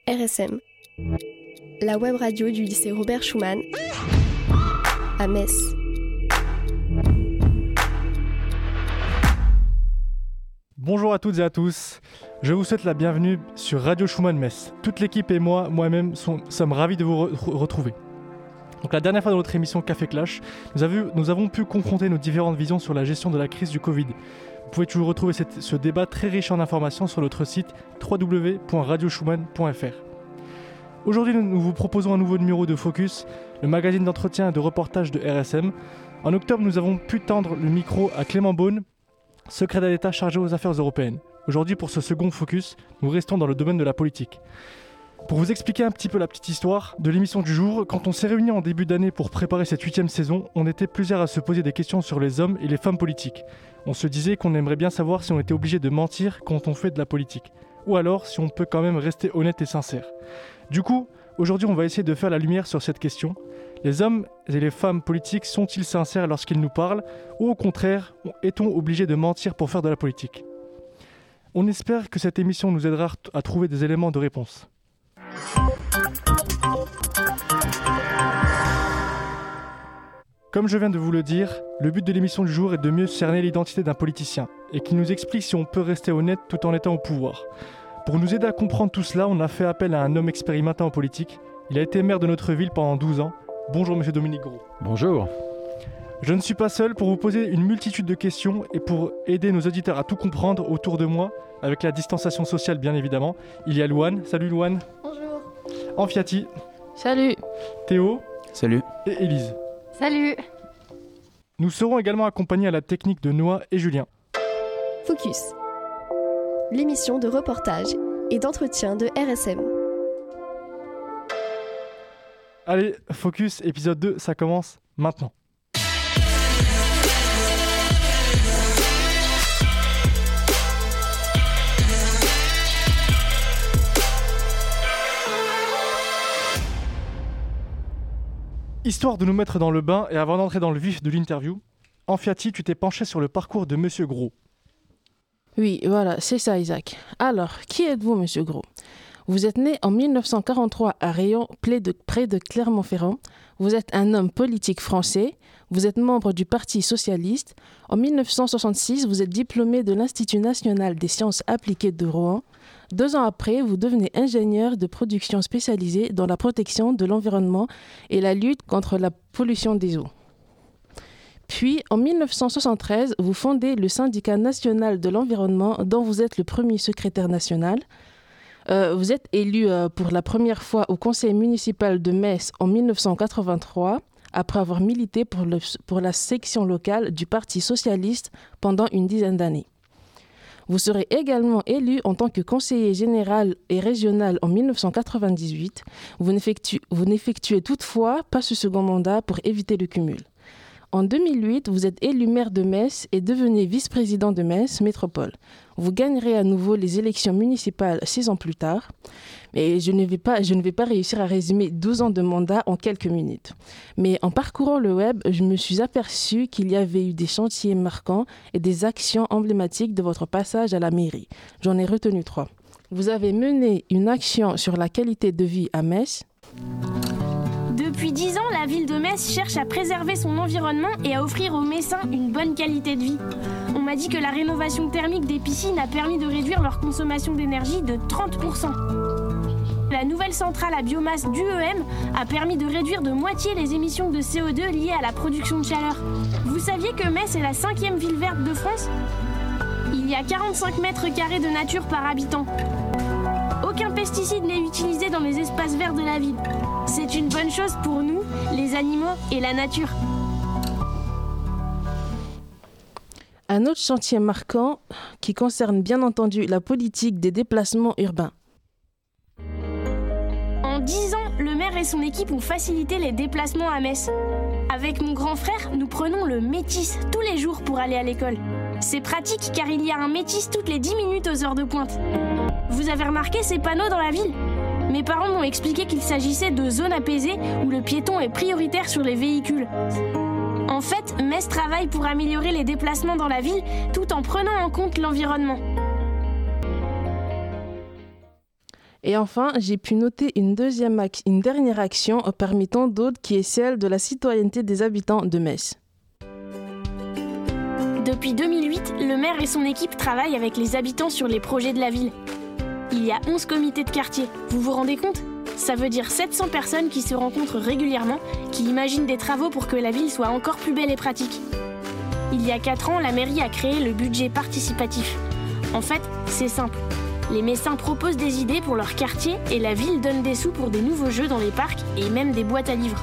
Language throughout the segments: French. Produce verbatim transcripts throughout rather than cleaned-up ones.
R S M, la web radio du lycée Robert Schuman à Metz. Bonjour à toutes et à tous, je vous souhaite la bienvenue sur Radio Schuman Metz. Toute l'équipe et moi, moi-même, sont, sommes ravis de vous re- retrouver. Donc la dernière fois dans notre émission Café Clash, nous, a vu, nous avons pu confronter nos différentes visions sur la gestion de la crise du Covid. Vous pouvez toujours retrouver cette, ce débat très riche en informations sur notre site w w w point radio schuman point f r. Aujourd'hui, nous, nous vous proposons un nouveau numéro de Focus, le magazine d'entretien et de reportage de R S M. En octobre, nous avons pu tendre le micro à Clément Beaune, secrétaire d'État chargé aux affaires européennes. Aujourd'hui, pour ce second Focus, nous restons dans le domaine de la politique. Pour vous expliquer un petit peu la petite histoire de l'émission du jour, quand on s'est réunis en début d'année pour préparer cette huitième saison, on était plusieurs à se poser des questions sur les hommes et les femmes politiques. On se disait qu'on aimerait bien savoir si on était obligé de mentir quand on fait de la politique, ou alors si on peut quand même rester honnête et sincère. Du coup, aujourd'hui on va essayer de faire la lumière sur cette question. Les hommes et les femmes politiques sont-ils sincères lorsqu'ils nous parlent, ou au contraire, est-on obligé de mentir pour faire de la politique ? On espère que cette émission nous aidera à trouver des éléments de réponse. Comme je viens de vous le dire, le but de l'émission du jour est de mieux cerner l'identité d'un politicien et qu'il nous explique si on peut rester honnête tout en étant au pouvoir. Pour nous aider à comprendre tout cela, on a fait appel à un homme expérimenté en politique. Il a été maire de notre ville pendant douze ans. Bonjour monsieur Dominique Gros. Bonjour. Je ne suis pas seul pour vous poser une multitude de questions et pour aider nos auditeurs à tout comprendre autour de moi, avec la distanciation sociale bien évidemment. Il y a Louane. Salut Louane. Bonjour. Amfiati. Salut. Théo. Salut. Et Élise. Salut. Nous serons également accompagnés à la technique de Noah et Julien. Focus, l'émission de reportage et d'entretien de R S M. Allez, Focus, épisode deux, ça commence maintenant. Histoire de nous mettre dans le bain et avant d'entrer dans le vif de l'interview, Amfiati, tu t'es penché sur le parcours de Monsieur Gros. Oui, voilà, c'est ça Isaac. Alors, qui êtes-vous Monsieur Gros ? Vous êtes né en mille neuf cent quarante-trois à Rayon, près de, près de Clermont-Ferrand. Vous êtes un homme politique français. Vous êtes membre du Parti socialiste. En mille neuf cent soixante-six, vous êtes diplômé de l'Institut national des sciences appliquées de Rouen. Deux ans après, vous devenez ingénieur de production spécialisé dans la protection de l'environnement et la lutte contre la pollution des eaux. Puis, en mille neuf cent soixante-treize, vous fondez le Syndicat national de l'environnement dont vous êtes le premier secrétaire national. Euh, vous êtes élu euh, pour la première fois au conseil municipal de Metz en mille neuf cent quatre-vingt-trois, après avoir milité pour, le, pour la section locale du Parti socialiste pendant une dizaine d'années. Vous serez également élu en tant que conseiller général et régional en mille neuf cent quatre-vingt-dix-huit. Vous n'effectuez, vous n'effectuez toutefois pas ce second mandat pour éviter le cumul. En deux mille huit, vous êtes élu maire de Metz et devenez vice-président de Metz Métropole. Vous gagnerez à nouveau les élections municipales six ans plus tard. Mais je ne vais pas, je ne vais pas réussir à résumer douze ans de mandat en quelques minutes. Mais en parcourant le web, je me suis aperçu qu'il y avait eu des chantiers marquants et des actions emblématiques de votre passage à la mairie. J'en ai retenu trois. Vous avez mené une action sur la qualité de vie à Metz. Depuis dix ans, la ville de Metz cherche à préserver son environnement et à offrir aux Messins une bonne qualité de vie. On m'a dit que la rénovation thermique des piscines a permis de réduire leur consommation d'énergie de trente pour cent. La nouvelle centrale à biomasse d'U E M a permis de réduire de moitié les émissions de C O deux liées à la production de chaleur. Vous saviez que Metz est la cinquième ville verte de France ? Il y a quarante-cinq mètres carrés de nature par habitant. Aucun pesticide n'est utilisé dans les espaces verts de la ville. C'est une bonne chose pour nous, les animaux et la nature. Un autre chantier marquant qui concerne bien entendu la politique des déplacements urbains. En dix ans, le maire et son équipe ont facilité les déplacements à Metz. Avec mon grand frère, nous prenons le métis tous les jours pour aller à l'école. C'est pratique car il y a un métis toutes les dix minutes aux heures de pointe. Vous avez remarqué ces panneaux dans la ville ? Mes parents m'ont expliqué qu'il s'agissait de zones apaisées où le piéton est prioritaire sur les véhicules. En fait, Metz travaille pour améliorer les déplacements dans la ville tout en prenant en compte l'environnement. Et enfin, j'ai pu noter une, deuxième ac- une dernière action parmi tant d'autres qui est celle de la citoyenneté des habitants de Metz. Depuis deux mille huit, le maire et son équipe travaillent avec les habitants sur les projets de la ville. Il y a onze comités de quartier, vous vous rendez compte ? Ça veut dire sept cents personnes qui se rencontrent régulièrement, qui imaginent des travaux pour que la ville soit encore plus belle et pratique. Il y a quatre ans, la mairie a créé le budget participatif. En fait, c'est simple. Les Messins proposent des idées pour leur quartier et la ville donne des sous pour des nouveaux jeux dans les parcs et même des boîtes à livres.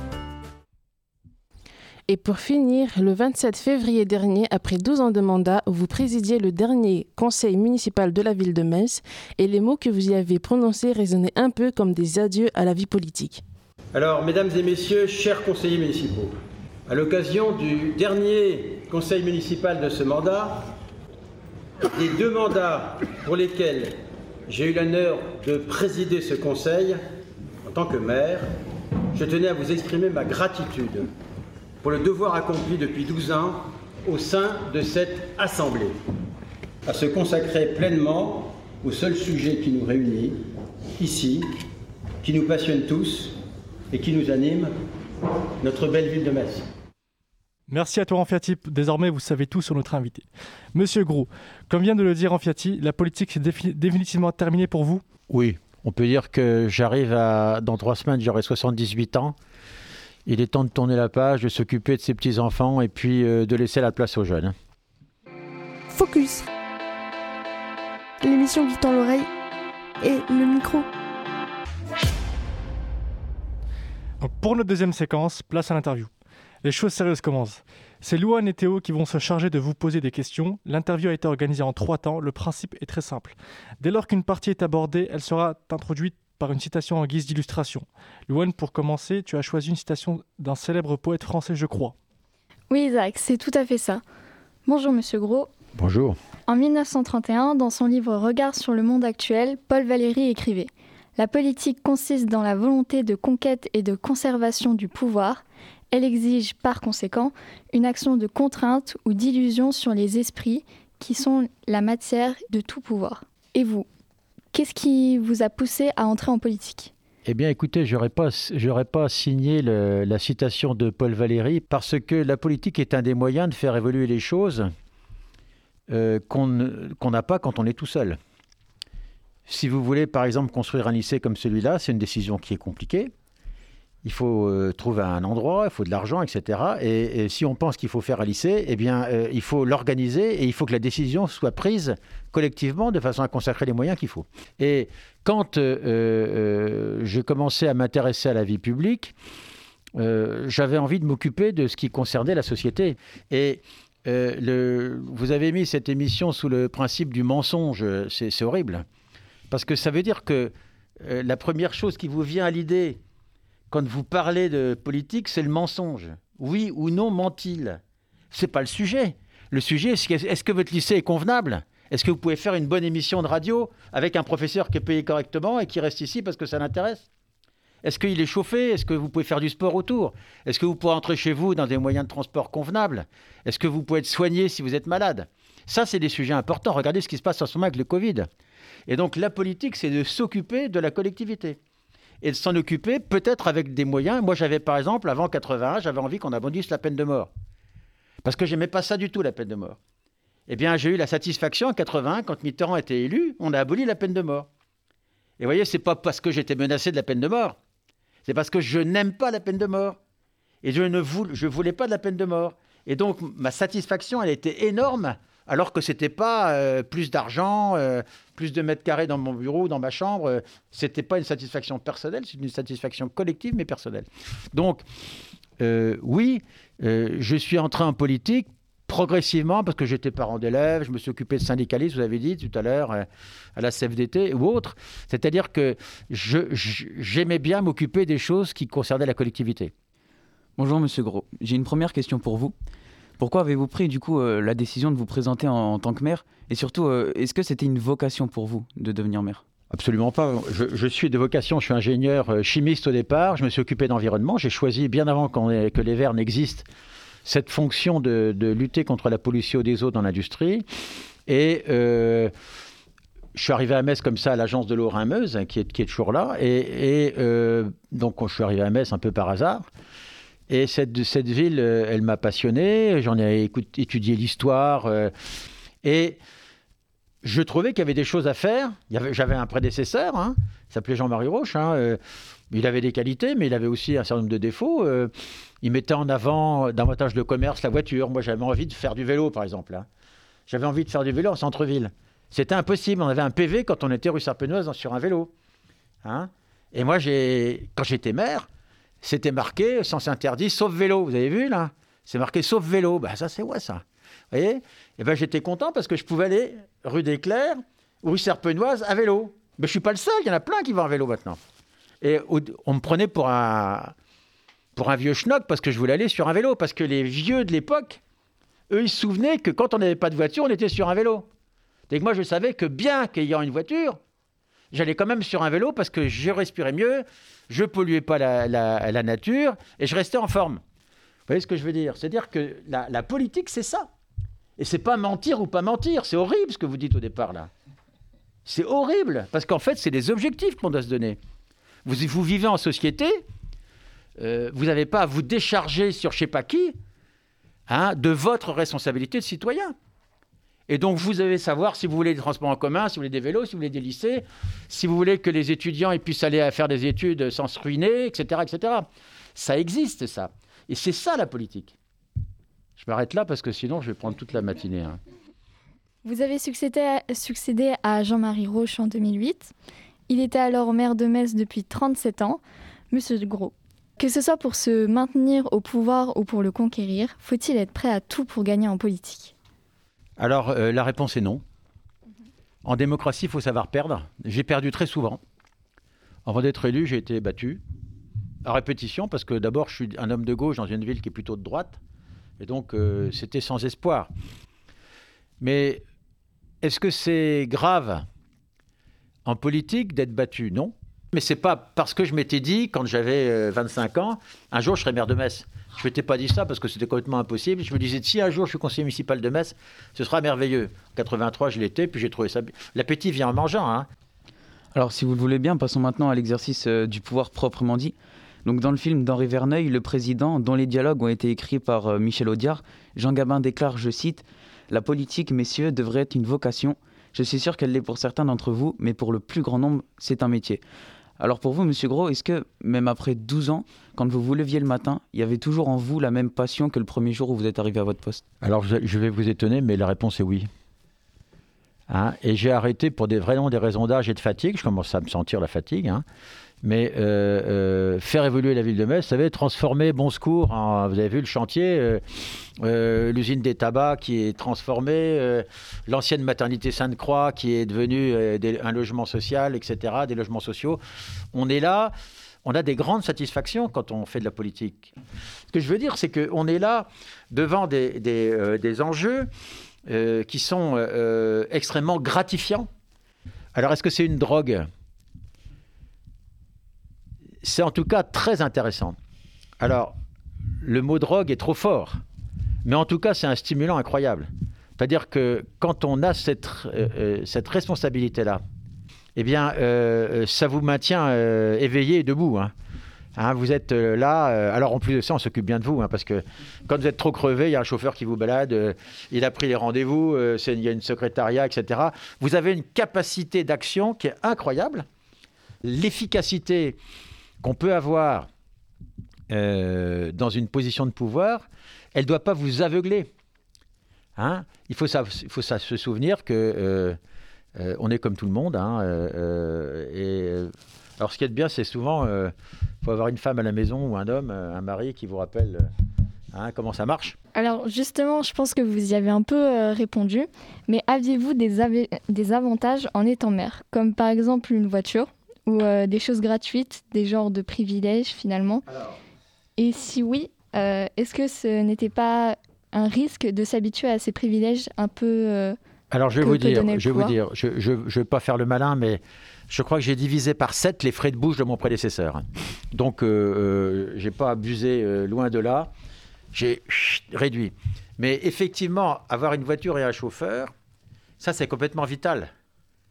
Et pour finir, le vingt-sept février dernier, après douze ans de mandat, vous présidiez le dernier conseil municipal de la ville de Metz et les mots que vous y avez prononcés résonnaient un peu comme des adieux à la vie politique. Alors, mesdames et messieurs, chers conseillers municipaux, à l'occasion du dernier conseil municipal de ce mandat, des deux mandats pour lesquels j'ai eu l'honneur de présider ce conseil en tant que maire, je tenais à vous exprimer ma gratitude pour le devoir accompli depuis douze ans au sein de cette Assemblée, à se consacrer pleinement au seul sujet qui nous réunit, ici, qui nous passionne tous et qui nous anime, notre belle ville de Metz. Merci à toi Enfiati, désormais vous savez tout sur notre invité. Monsieur Gros, comme vient de le dire Enfiati, la politique c'est défi- définitivement terminée pour vous ? Oui, on peut dire que j'arrive à... Dans trois semaines, j'aurai soixante-dix-huit ans. Il est temps de tourner la page, de s'occuper de ses petits-enfants et puis euh, de laisser la place aux jeunes. Focus. L'émission qui tend l'oreille et le micro. Donc pour notre deuxième séquence, place à l'interview. Les choses sérieuses commencent. C'est Louane et Théo qui vont se charger de vous poser des questions. L'interview a été organisée en trois temps. Le principe est très simple. Dès lors qu'une partie est abordée, elle sera introduite par une citation en guise d'illustration. Louane, pour commencer, tu as choisi une citation d'un célèbre poète français, je crois. Oui, Isaac, c'est tout à fait ça. Bonjour, Monsieur Gros. Bonjour. En mille neuf cent trente et un, dans son livre Regard sur le monde actuel, Paul Valéry écrivait « La politique consiste dans la volonté de conquête et de conservation du pouvoir. Elle exige, par conséquent, une action de contrainte ou d'illusion sur les esprits qui sont la matière de tout pouvoir. » Et vous ? Qu'est-ce qui vous a poussé à entrer en politique ? Eh bien, écoutez, je n'aurais pas, j'aurais pas signé le, la citation de Paul Valéry parce que la politique est un des moyens de faire évoluer les choses euh, qu'on, qu'on n'a pas quand on est tout seul. Si vous voulez, par exemple, construire un lycée comme celui-là, c'est une décision qui est compliquée. Il faut euh, trouver un endroit, il faut de l'argent, et cetera. Et, et si on pense qu'il faut faire un lycée, eh bien, euh, il faut l'organiser et il faut que la décision soit prise collectivement de façon à consacrer les moyens qu'il faut. Et quand euh, euh, j'ai commencé à m'intéresser à la vie publique, euh, j'avais envie de m'occuper de ce qui concernait la société. Et euh, le, vous avez mis cette émission sous le principe du mensonge. C'est, c'est horrible. Parce que ça veut dire que euh, la première chose qui vous vient à l'idée quand vous parlez de politique, c'est le mensonge. Oui ou non ment-il ? Ce n'est pas le sujet. Le sujet, c'est est-ce que votre lycée est convenable ? Est-ce que vous pouvez faire une bonne émission de radio avec un professeur qui est payé correctement et qui reste ici parce que ça l'intéresse ? Est-ce qu'il est chauffé ? Est-ce que vous pouvez faire du sport autour ? Est-ce que vous pouvez entrer chez vous dans des moyens de transport convenables ? Est-ce que vous pouvez être soigné si vous êtes malade ? Ça, c'est des sujets importants. Regardez ce qui se passe en ce moment avec le Covid. Et donc, la politique, c'est de s'occuper de la collectivité. Et de s'en occuper peut-être avec des moyens. Moi, j'avais par exemple, avant quatre-vingt-un, j'avais envie qu'on abolisse la peine de mort. Parce que je n'aimais pas ça du tout, la peine de mort. Eh bien, j'ai eu la satisfaction en quatre-vingt-un, quand Mitterrand était élu, on a aboli la peine de mort. Et vous voyez, ce n'est pas parce que j'étais menacé de la peine de mort. C'est parce que je n'aime pas la peine de mort. Et je ne voulais, je voulais pas de la peine de mort. Et donc, ma satisfaction, elle était énorme, alors que ce n'était pas euh, plus d'argent, euh, plus de mètres carrés dans mon bureau, dans ma chambre. Euh, ce n'était pas une satisfaction personnelle, c'est une satisfaction collective, mais personnelle. Donc, euh, oui, euh, je suis entré en politique progressivement, parce que j'étais parent d'élèves, je me suis occupé de syndicalisme, vous avez dit tout à l'heure, euh, à la C F D T ou autre. C'est-à-dire que je, je, j'aimais bien m'occuper des choses qui concernaient la collectivité. Bonjour Monsieur Gros, j'ai une première question pour vous. Pourquoi avez-vous pris du coup euh, la décision de vous présenter en, en tant que maire ? Et surtout, euh, est-ce que c'était une vocation pour vous de devenir maire ? Absolument pas. Je, je suis de vocation, je suis ingénieur chimiste au départ, je me suis occupé d'environnement, j'ai choisi bien avant qu'on, que les Verts n'existent cette fonction de, de lutter contre la pollution des eaux dans l'industrie. Et euh, je suis arrivé à Metz comme ça à l'agence de l'eau Rhin-Meuse, qui est, qui est toujours là. Et, et euh, donc, je suis arrivé à Metz un peu par hasard. Et cette, cette ville, euh, elle m'a passionné. J'en ai écoute, étudié l'histoire. Euh, et je trouvais qu'il y avait des choses à faire. Il y avait, j'avais un prédécesseur, hein, il s'appelait Jean-Marie Roche. Hein, euh, il avait des qualités, mais il avait aussi un certain nombre de défauts. Euh, il mettait en avant davantage le commerce, la voiture. Moi, j'avais envie de faire du vélo, par exemple. Hein. J'avais envie de faire du vélo en centre-ville. C'était impossible. On avait un P V quand on était rue Serpenoise sur un vélo. Hein. Et moi, j'ai, quand j'étais maire, c'était marqué sens interdit, sauf vélo. Vous avez vu, là? C'est marqué sauf vélo. Ben, ça, c'est ouais, ça. Vous voyez? Et ben, j'étais content parce que je pouvais aller rue des Clercs ou rue Serpenoise à vélo. Mais je ne suis pas le seul. Il y en a plein qui vont à vélo maintenant. Et on me prenait pour un, pour un vieux schnock parce que je voulais aller sur un vélo. Parce que les vieux de l'époque, eux, ils se souvenaient que quand on n'avait pas de voiture, on était sur un vélo. Et que moi, je savais que bien qu'ayant une voiture, j'allais quand même sur un vélo parce que je respirais mieux, je polluais pas la, la, la nature et je restais en forme. Vous voyez ce que je veux dire? C'est-à-dire que la, la politique, c'est ça. Et c'est pas mentir ou pas mentir. C'est horrible ce que vous dites au départ, là. C'est horrible parce qu'en fait, c'est des objectifs qu'on doit se donner. Vous, vous vivez en société, euh, vous n'avez pas à vous décharger sur je ne sais pas qui, hein, de votre responsabilité de citoyen. Et donc, vous devez savoir si vous voulez des transports en commun, si vous voulez des vélos, si vous voulez des lycées, si vous voulez que les étudiants ils puissent aller à faire des études sans se ruiner, et cetera, et cetera. Ça existe, ça. Et c'est ça, la politique. Je m'arrête là parce que sinon, je vais prendre toute la matinée. Hein. Vous avez succédé à, succédé à Jean-Marie Roche en deux mille huit. Il était alors maire de Metz depuis trente-sept ans. Monsieur Gros, que ce soit pour se maintenir au pouvoir ou pour le conquérir, faut-il être prêt à tout pour gagner en politique ? Alors, euh, la réponse est non. En démocratie, il faut savoir perdre. J'ai perdu très souvent. Avant d'être élu, j'ai été battu. À répétition, parce que d'abord, je suis un homme de gauche dans une ville qui est plutôt de droite. Et donc, euh, c'était sans espoir. Mais est-ce que c'est grave en politique d'être battu? Non. Mais ce n'est pas parce que je m'étais dit, quand j'avais euh, vingt-cinq ans, un jour, je serai maire de Metz. Je ne m'étais pas dit ça parce que c'était complètement impossible. Je me disais, si un jour je suis conseiller municipal de Metz, ce sera merveilleux. En quatre-vingt-trois, je l'étais, puis j'ai trouvé ça... L'appétit vient en mangeant. Hein. Alors, si vous le voulez bien, passons maintenant à l'exercice euh, du pouvoir proprement dit. Donc, dans le film d'Henri Verneuil, le président, dont les dialogues ont été écrits par euh, Michel Audiard, Jean Gabin déclare, je cite, « La politique, messieurs, devrait être une vocation. Je suis sûr qu'elle l'est pour certains d'entre vous, mais pour le plus grand nombre, c'est un métier. » Alors pour vous, Monsieur Gros, est-ce que, même après douze ans, quand vous vous leviez le matin, il y avait toujours en vous la même passion que le premier jour où vous êtes arrivé à votre poste? Alors je vais vous étonner, mais la réponse est oui. Hein, et j'ai arrêté pour des, vraiment des raisons d'âge et de fatigue. Je commence à me sentir la fatigue. Hein. Mais euh, euh, faire évoluer la ville de Metz, vous savez, transformer Bon Secours en, vous avez vu le chantier, euh, euh, l'usine des tabacs qui est transformée, euh, l'ancienne maternité Sainte-Croix qui est devenue euh, des, un logement social, et cetera, des logements sociaux. On est là, on a des grandes satisfactions quand on fait de la politique. Ce que je veux dire, c'est qu'on est là devant des, des, euh, des enjeux euh, qui sont euh, extrêmement gratifiants. Alors, est-ce que c'est une drogue ? C'est en tout cas très intéressant. Alors, le mot drogue est trop fort, mais en tout cas, c'est un stimulant incroyable. C'est-à-dire que quand on a cette, euh, cette responsabilité-là, eh bien, euh, ça vous maintient euh, éveillé et debout. Hein. Hein, vous êtes euh, là, euh, alors en plus de ça, on s'occupe bien de vous, hein, parce que quand vous êtes trop crevé, il y a un chauffeur qui vous balade, euh, il a pris les rendez-vous, euh, c'est, il y a une secrétariat, et cetera. Vous avez une capacité d'action qui est incroyable. L'efficacité qu'on peut avoir euh, dans une position de pouvoir, elle ne doit pas vous aveugler. Hein, il faut, ça, il faut ça, se souvenir que euh, euh, on est comme tout le monde. Hein, euh, et, euh, alors, ce qui est bien, c'est souvent, il euh, faut avoir une femme à la maison ou un homme, un mari qui vous rappelle euh, hein, comment ça marche. Alors, justement, je pense que vous y avez un peu euh, répondu. Mais aviez-vous des, av- des avantages en étant maire, comme par exemple une voiture ou euh, des choses gratuites, des genres de privilèges finalement? Alors... Et si oui, euh, est-ce que ce n'était pas un risque de s'habituer à ces privilèges un peu euh, Alors je vais vous dire, je vais vous dire, je ne je, vais pas faire le malin, mais je crois que j'ai divisé par sept les frais de bouche de mon prédécesseur. Donc euh, euh, j'ai pas abusé euh, loin de là, j'ai chut, réduit. Mais effectivement, avoir une voiture et un chauffeur, ça c'est complètement vital.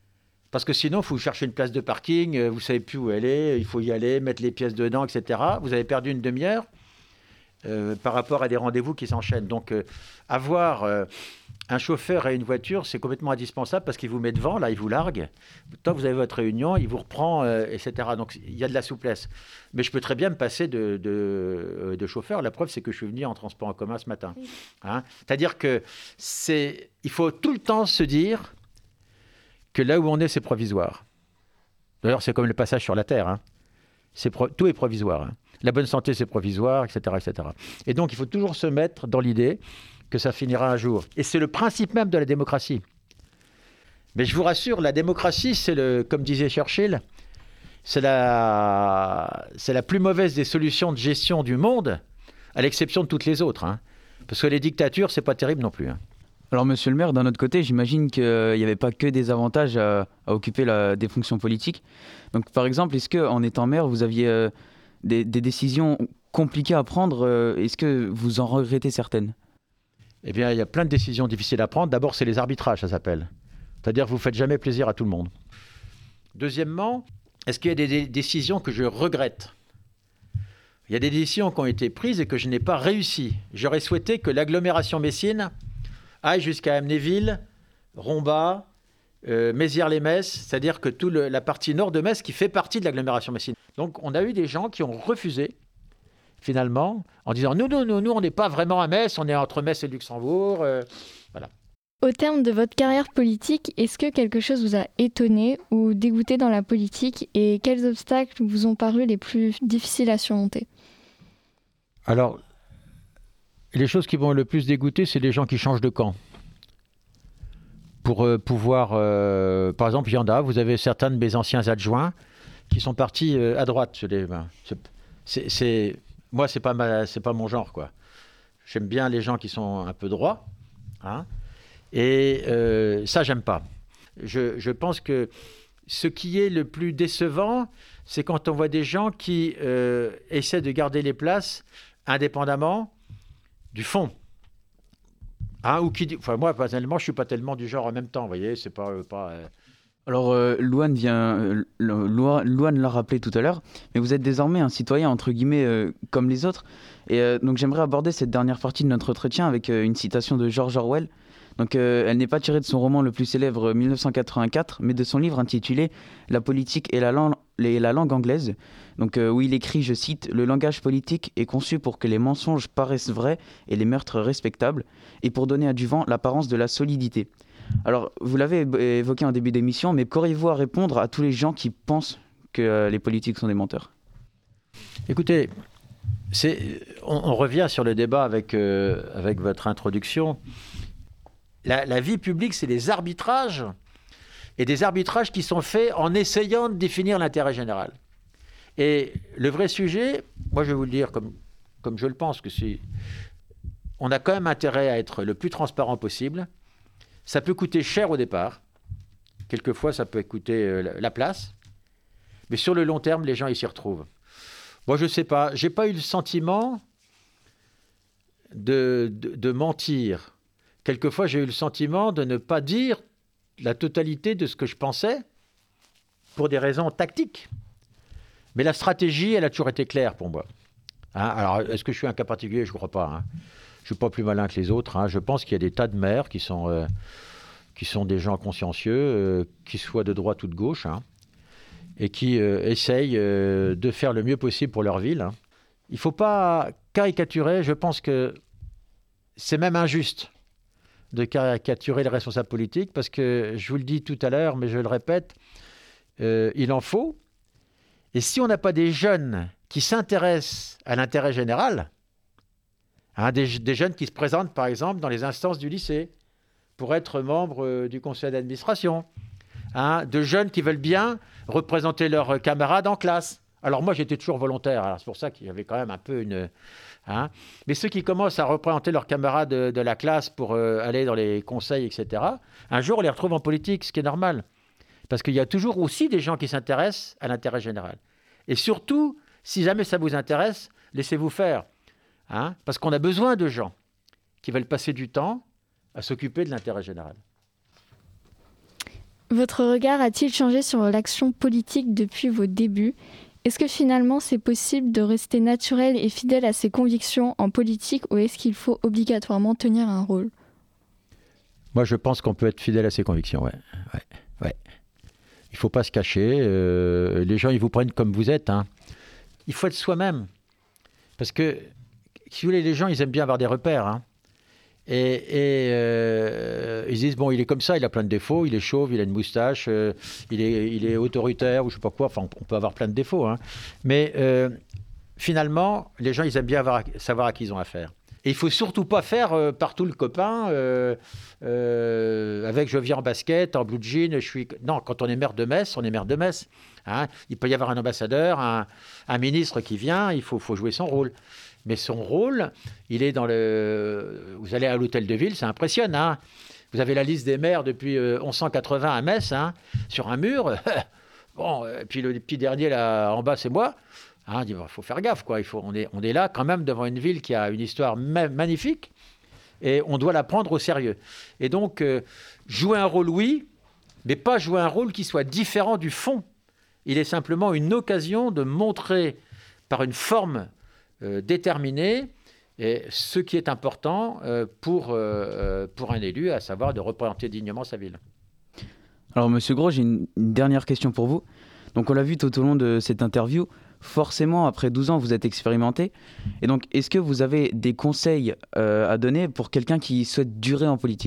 Parce que sinon, il faut chercher une place de parking, vous ne savez plus où elle est, il faut y aller, mettre les pièces dedans, et cetera. Vous avez perdu une demi-heure euh, par rapport à des rendez-vous qui s'enchaînent. Donc, euh, avoir euh, un chauffeur et une voiture, c'est complètement indispensable parce qu'il vous met devant, là, il vous largue. Tant que vous avez votre réunion, il vous reprend, euh, et cetera. Donc, il y a de la souplesse. Mais je peux très bien me passer de, de, de chauffeur. La preuve, c'est que je suis venu en transport en commun ce matin. Hein ? C'est-à-dire que c'est, il faut tout le temps se dire que là où on est, c'est provisoire. D'ailleurs, c'est comme le passage sur la Terre. Hein. C'est pro- tout est provisoire. Hein. La bonne santé, c'est provisoire, et cetera, et cetera. Et donc, il faut toujours se mettre dans l'idée que ça finira un jour. Et c'est le principe même de la démocratie. Mais je vous rassure, la démocratie, c'est le, comme disait Churchill, c'est la, c'est la plus mauvaise des solutions de gestion du monde, à l'exception de toutes les autres. Hein. Parce que les dictatures, c'est pas terrible non plus. Hein. Alors, monsieur le maire, d'un autre côté, j'imagine qu'il n'y avait pas que des avantages à, à occuper la, des fonctions politiques. Donc, par exemple, est-ce qu'en étant maire, vous aviez euh, des, des décisions compliquées à prendre euh, Est-ce que vous en regrettez certaines ? Eh bien, il y a plein de décisions difficiles à prendre. D'abord, c'est les arbitrages, ça s'appelle. C'est-à-dire que vous ne faites jamais plaisir à tout le monde. Deuxièmement, est-ce qu'il y a des, des décisions que je regrette ? Il y a des décisions qui ont été prises et que je n'ai pas réussi. J'aurais souhaité que l'agglomération Messine aille jusqu'à Amnéville, Rombat, euh, Mézières-les-Messes, c'est-à-dire que toute la partie nord de Metz qui fait partie de l'agglomération Messine. Donc on a eu des gens qui ont refusé, finalement, en disant « Nous, nous, nous, nous on n'est pas vraiment à Metz, on est entre Metz et Luxembourg. Euh, » Voilà. Au terme de votre carrière politique, est-ce que quelque chose vous a étonné ou dégoûté dans la politique et quels obstacles vous ont paru les plus difficiles à surmonter ? Alors, les choses qui vont le plus dégoûter, c'est les gens qui changent de camp. Pour euh, pouvoir... Euh, par exemple, il y en a, vous avez certains de mes anciens adjoints qui sont partis euh, à droite. Les, ben, c'est, c'est, moi, ce n'est pas, c'est pas mon genre, quoi. J'aime bien les gens qui sont un peu droits. Hein, et euh, ça, j'aime pas. Je, je pense que ce qui est le plus décevant, c'est quand on voit des gens qui euh, essaient de garder les places indépendamment du fond. Hein, ou qui, enfin, moi, personnellement, je ne suis pas tellement du genre en même temps, vous voyez, c'est pas... pas euh... Alors, euh, Louane vient, euh, Louane l'a rappelé tout à l'heure, mais vous êtes désormais un citoyen, entre guillemets, euh, comme les autres. Et euh, donc, j'aimerais aborder cette dernière partie de notre entretien avec euh, une citation de George Orwell. Donc, euh, elle n'est pas tirée de son roman le plus célèbre, mille neuf cent quatre-vingt-quatre, mais de son livre intitulé « La politique et la, lan- et la langue anglaise », donc, euh, où il écrit, je cite, « Le langage politique est conçu pour que les mensonges paraissent vrais et les meurtres respectables, et pour donner à du vent l'apparence de la solidité. » Alors, vous l'avez évoqué en début d'émission, mais qu'auriez-vous à répondre à tous les gens qui pensent que euh, les politiques sont des menteurs ? Écoutez, c'est, on, on revient sur le débat avec, euh, avec votre introduction. La, la vie publique, c'est des arbitrages, et des arbitrages qui sont faits en essayant de définir l'intérêt général. Et le vrai sujet, moi je vais vous le dire comme, comme je le pense, que c'est, on a quand même intérêt à être le plus transparent possible. Ça peut coûter cher au départ. Quelquefois, ça peut coûter euh, la place. Mais sur le long terme, les gens, ils s'y retrouvent. Moi, je ne sais pas. Je n'ai pas eu le sentiment de, de, de mentir. Quelquefois, j'ai eu le sentiment de ne pas dire la totalité de ce que je pensais pour des raisons tactiques. Mais la stratégie, elle a toujours été claire pour moi. Hein, alors, est-ce que je suis un cas particulier ? Je ne crois pas. Hein. Je ne suis pas plus malin que les autres. Hein. Je pense qu'il y a des tas de maires qui sont, euh, qui sont des gens consciencieux, euh, qui soient de droite ou de gauche, hein, et qui euh, essayent euh, de faire le mieux possible pour leur ville. Hein. Il ne faut pas caricaturer. Je pense que c'est même injuste de caricaturer les responsables politiques, parce que, je vous le dis tout à l'heure, mais je le répète, euh, il en faut. Et si on n'a pas des jeunes qui s'intéressent à l'intérêt général, hein, des, des jeunes qui se présentent, par exemple, dans les instances du lycée, pour être membres euh, du conseil d'administration, hein, de jeunes qui veulent bien représenter leurs camarades en classe. Alors moi, j'étais toujours volontaire, alors c'est pour ça qu'il y avait quand même un peu une... Hein, mais ceux qui commencent à représenter leurs camarades de, de la classe pour euh, aller dans les conseils, et cetera, un jour, on les retrouve en politique, ce qui est normal. Parce qu'il y a toujours aussi des gens qui s'intéressent à l'intérêt général. Et surtout, si jamais ça vous intéresse, laissez-vous faire. Hein, parce qu'on a besoin de gens qui veulent passer du temps à s'occuper de l'intérêt général. Votre regard a-t-il changé sur l'action politique depuis vos débuts ? Est-ce que finalement c'est possible de rester naturel et fidèle à ses convictions en politique ou est-ce qu'il faut obligatoirement tenir un rôle ? Moi, je pense qu'on peut être fidèle à ses convictions, ouais. ouais, ouais. Il ne faut pas se cacher. Euh, les gens, ils vous prennent comme vous êtes. Hein. Il faut être soi-même. Parce que, si vous voulez, les gens, ils aiment bien avoir des repères. Hein. Et, et euh, ils disent, bon, il est comme ça, il a plein de défauts, il est chauve, il a une moustache, euh, il, est, il est autoritaire, ou je ne sais pas quoi. Enfin, on peut avoir plein de défauts. Hein. Mais euh, finalement, les gens, ils aiment bien avoir, savoir à qui ils ont affaire. Et il ne faut surtout pas faire euh, partout le copain euh, euh, avec je viens en basket, en blue jean, je suis... Non, quand on est maire de Metz, on est maire de Metz. Hein. Il peut y avoir un ambassadeur, un, un ministre qui vient, il faut, faut jouer son rôle. Mais son rôle, il est dans le... Vous allez à l'hôtel de ville, ça impressionne. Hein. Vous avez la liste des maires depuis euh, onze cent quatre-vingts à Metz, hein, sur un mur. Bon, et puis le petit dernier là en bas, c'est moi. Hein, il faut faire gaffe, quoi. Il faut, on, est, on est là quand même devant une ville qui a une histoire ma- magnifique et on doit la prendre au sérieux. Et donc, euh, jouer un rôle, oui, mais pas jouer un rôle qui soit différent du fond. Il est simplement une occasion de montrer par une forme euh, déterminée et ce qui est important euh, pour, euh, pour un élu, à savoir de représenter dignement sa ville. Alors, Monsieur Gros, j'ai une, une dernière question pour vous. Donc, on l'a vu tout au long de cette interview. Forcément, après douze ans, vous êtes expérimenté. Et donc, est-ce que vous avez des conseils euh, à donner pour quelqu'un qui souhaite durer en politique ?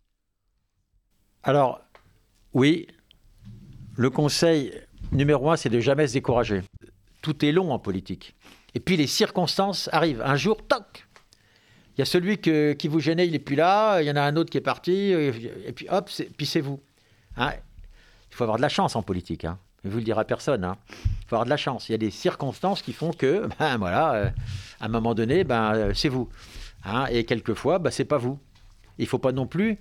Alors, oui, le conseil numéro un, c'est de jamais se décourager. Tout est long en politique. Et puis, les circonstances arrivent. Un jour, toc, il y a celui que, qui vous gênait, il n'est plus là. Il y en a un autre qui est parti. Et puis, hop, c'est, puis c'est vous. Hein, il faut avoir de la chance en politique, hein. Je ne vous le dirai à personne. Hein. Il faut avoir de la chance. Il y a des circonstances qui font que, ben voilà, euh, à un moment donné, ben, euh, c'est vous. Hein, et quelquefois, ben, ce n'est pas vous. Il ne faut pas non plus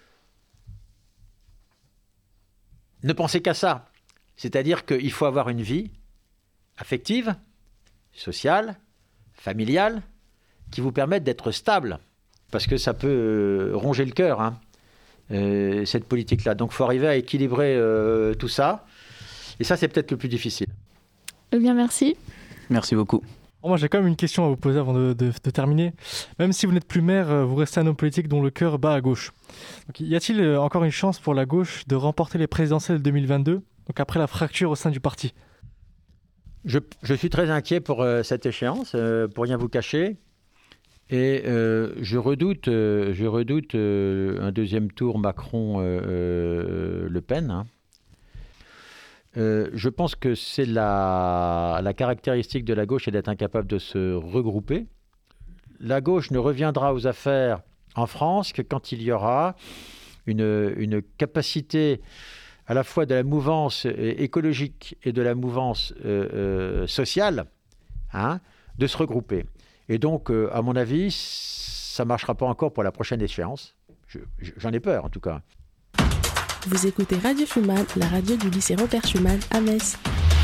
ne penser qu'à ça. C'est-à-dire qu'il faut avoir une vie affective, sociale, familiale, qui vous permette d'être stable. Parce que ça peut euh, ronger le cœur, hein, euh, cette politique-là. Donc, il faut arriver à équilibrer euh, tout ça. Et ça, c'est peut-être le plus difficile. Eh bien, merci. Merci beaucoup. Bon, moi, j'ai quand même une question à vous poser avant de, de, de terminer. Même si vous n'êtes plus maire, vous restez un homme politique dont le cœur bat à gauche. Donc, y a-t-il encore une chance pour la gauche de remporter les présidentielles deux mille vingt-deux, donc après la fracture au sein du parti ? je, je suis très inquiet pour euh, cette échéance, euh, pour rien vous cacher. Et euh, je redoute, euh, je redoute euh, un deuxième tour Macron-Le Pen. Hein. Euh, je pense que c'est la, la caractéristique de la gauche est d'être incapable de se regrouper. La gauche ne reviendra aux affaires en France que quand il y aura une, une capacité à la fois de la mouvance écologique et de la mouvance euh, euh, sociale, hein, de se regrouper. Et donc, euh, à mon avis, ça ne marchera pas encore pour la prochaine échéance. Je, je, j'en ai peur, en tout cas. Vous écoutez Radio Schumann, la radio du lycée Robert Schumann à Metz.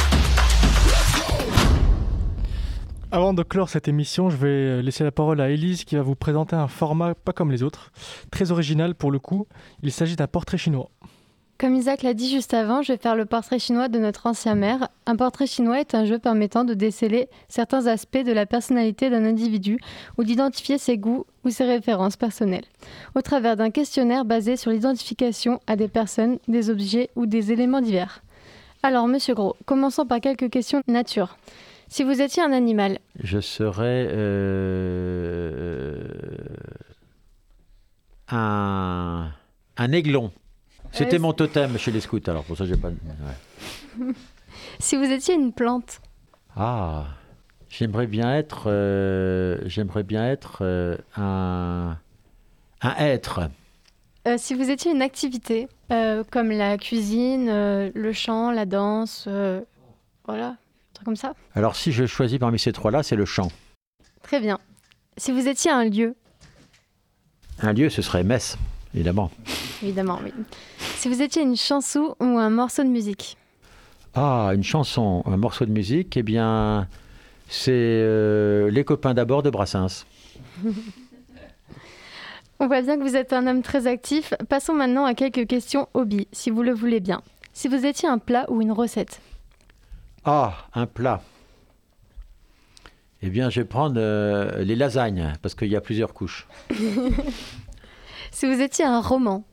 Avant de clore cette émission, je vais laisser la parole à Élise qui va vous présenter un format pas comme les autres, très original pour le coup. Il s'agit d'un portrait chinois. Comme Isaac l'a dit juste avant, je vais faire le portrait chinois de notre ancien maire. Un portrait chinois est un jeu permettant de déceler certains aspects de la personnalité d'un individu ou d'identifier ses goûts ou ses références personnelles, au travers d'un questionnaire basé sur l'identification à des personnes, des objets ou des éléments divers. Alors, Monsieur Gros, commençons par quelques questions nature. Si vous étiez un animal... Je serais euh, un, un aiglon. C'était euh, mon totem chez les scouts, alors pour ça, j'ai pas... Ouais. Si vous étiez une plante. Ah, j'aimerais bien être, euh, j'aimerais bien être euh, un, un être. Euh, si vous étiez une activité, euh, comme la cuisine, euh, le chant, la danse, euh, voilà, un truc comme ça. Alors si je choisis parmi ces trois-là, c'est le chant. Très bien. Si vous étiez un lieu. Un lieu, ce serait Metz, évidemment. Évidemment, oui. Si vous étiez une chanson ou un morceau de musique. Ah, une chanson, un morceau de musique, eh bien, c'est euh, Les copains d'abord de Brassens. On voit bien que vous êtes un homme très actif. Passons maintenant à quelques questions hobby, si vous le voulez bien. Si vous étiez un plat ou une recette? Ah, un plat. Eh bien, je vais prendre euh, les lasagnes, parce qu'il y a plusieurs couches. Si vous étiez un roman?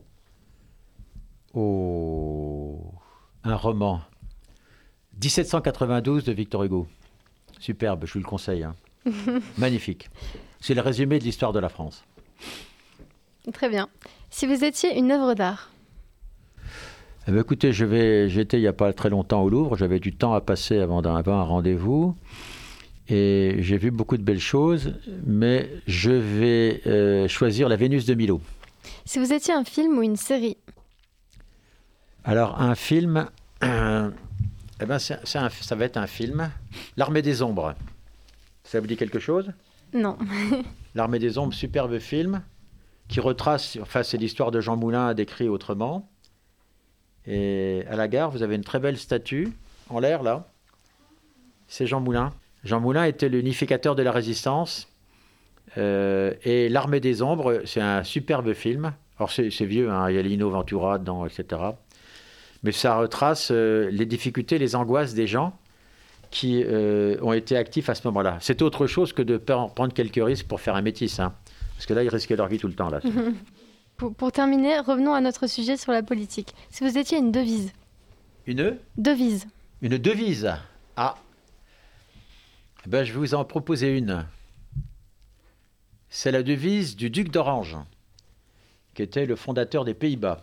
Oh, un roman. dix-sept cent quatre-vingt-douze de Victor Hugo. Superbe, je vous le conseille. Hein. Magnifique. C'est le résumé de l'histoire de la France. Très bien. Si vous étiez une œuvre d'art? Eh bien, écoutez, je vais, j'étais il n'y a pas très longtemps au Louvre. J'avais du temps à passer avant, d'un, avant un rendez-vous. Et j'ai vu beaucoup de belles choses. Mais je vais euh, choisir la Vénus de Milo. Si vous étiez un film ou une série? Alors, un film... Euh, eh ben, c'est, c'est un, ça va être un film. L'Armée des Ombres. Ça vous dit quelque chose? Non. L'Armée des Ombres, superbe film, qui retrace, enfin c'est l'histoire de Jean Moulin décrit autrement. Et à la gare, vous avez une très belle statue en l'air là. C'est Jean Moulin. Jean Moulin était l'unificateur de la résistance. Euh, et L'Armée des Ombres, c'est un superbe film. Alors c'est, c'est vieux, hein, il y a Lino Ventura dedans, et cetera. Mais ça retrace euh, les difficultés, les angoisses des gens qui euh, ont été actifs à ce moment-là. C'est autre chose que de prendre quelques risques pour faire un métis. Hein. Parce que là, ils risquaient leur vie tout le temps. Là. pour, pour terminer, revenons à notre sujet sur la politique. Si vous étiez une devise? Une Devise. Une devise. Ah. Ben, je vais vous en proposer une. C'est la devise du duc d'Orange, qui était le fondateur des Pays-Bas.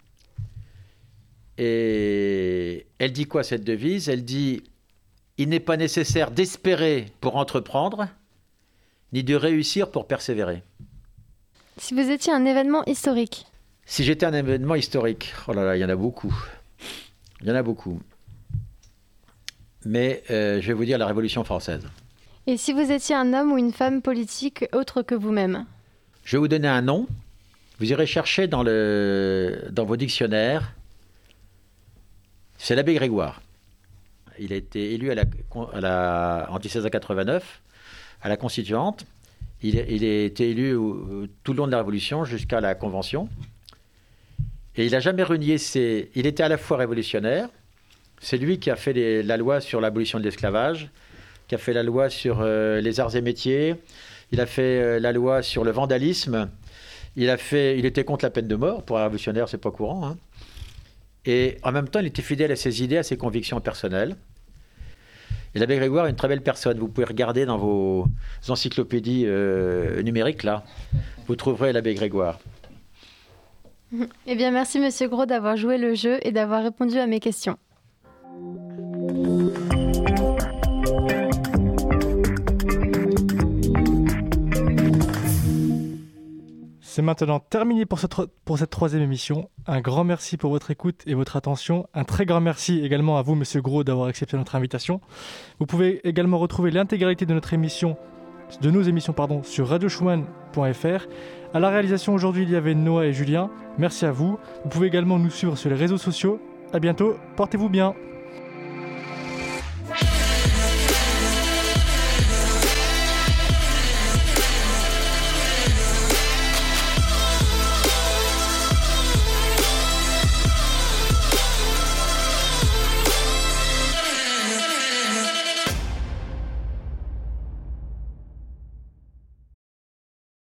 Et elle dit quoi, cette devise? Elle dit... Il n'est pas nécessaire d'espérer pour entreprendre, ni de réussir pour persévérer. Si vous étiez un événement historique? Si j'étais un événement historique, oh là là, il y en a beaucoup. Il y en a beaucoup. Mais euh, je vais vous dire la Révolution française. Et si vous étiez un homme ou une femme politique autre que vous-même? Je vais vous donner un nom. Vous irez chercher dans, le, dans vos dictionnaires. C'est l'abbé Grégoire. Il a été élu à la, à la, en dix-sept cent quatre-vingt-neuf à la Constituante. Il, il a été élu au, tout le long de la Révolution jusqu'à la Convention. Et il n'a jamais renié ses... Il était à la fois révolutionnaire. C'est lui qui a fait les, la loi sur l'abolition de l'esclavage, qui a fait la loi sur euh, les arts et métiers. Il a fait euh, la loi sur le vandalisme. Il, a fait, il était contre la peine de mort. Pour un révolutionnaire, c'est pas courant. Hein. Et en même temps, il était fidèle à ses idées, à ses convictions personnelles. Et l'abbé Grégoire est une très belle personne. Vous pouvez regarder dans vos encyclopédies euh, numériques, là. Vous trouverez l'abbé Grégoire. Eh bien, merci, Monsieur Gros, d'avoir joué le jeu et d'avoir répondu à mes questions. C'est maintenant terminé pour, ce tro- pour cette troisième émission. Un grand merci pour votre écoute et votre attention. Un très grand merci également à vous, Monsieur Gros, d'avoir accepté notre invitation. Vous pouvez également retrouver l'intégralité de notre émission, de nos émissions, pardon, sur radio schumann point f r. À la réalisation aujourd'hui, il y avait Noah et Julien. Merci à vous. Vous pouvez également nous suivre sur les réseaux sociaux. À bientôt. Portez-vous bien.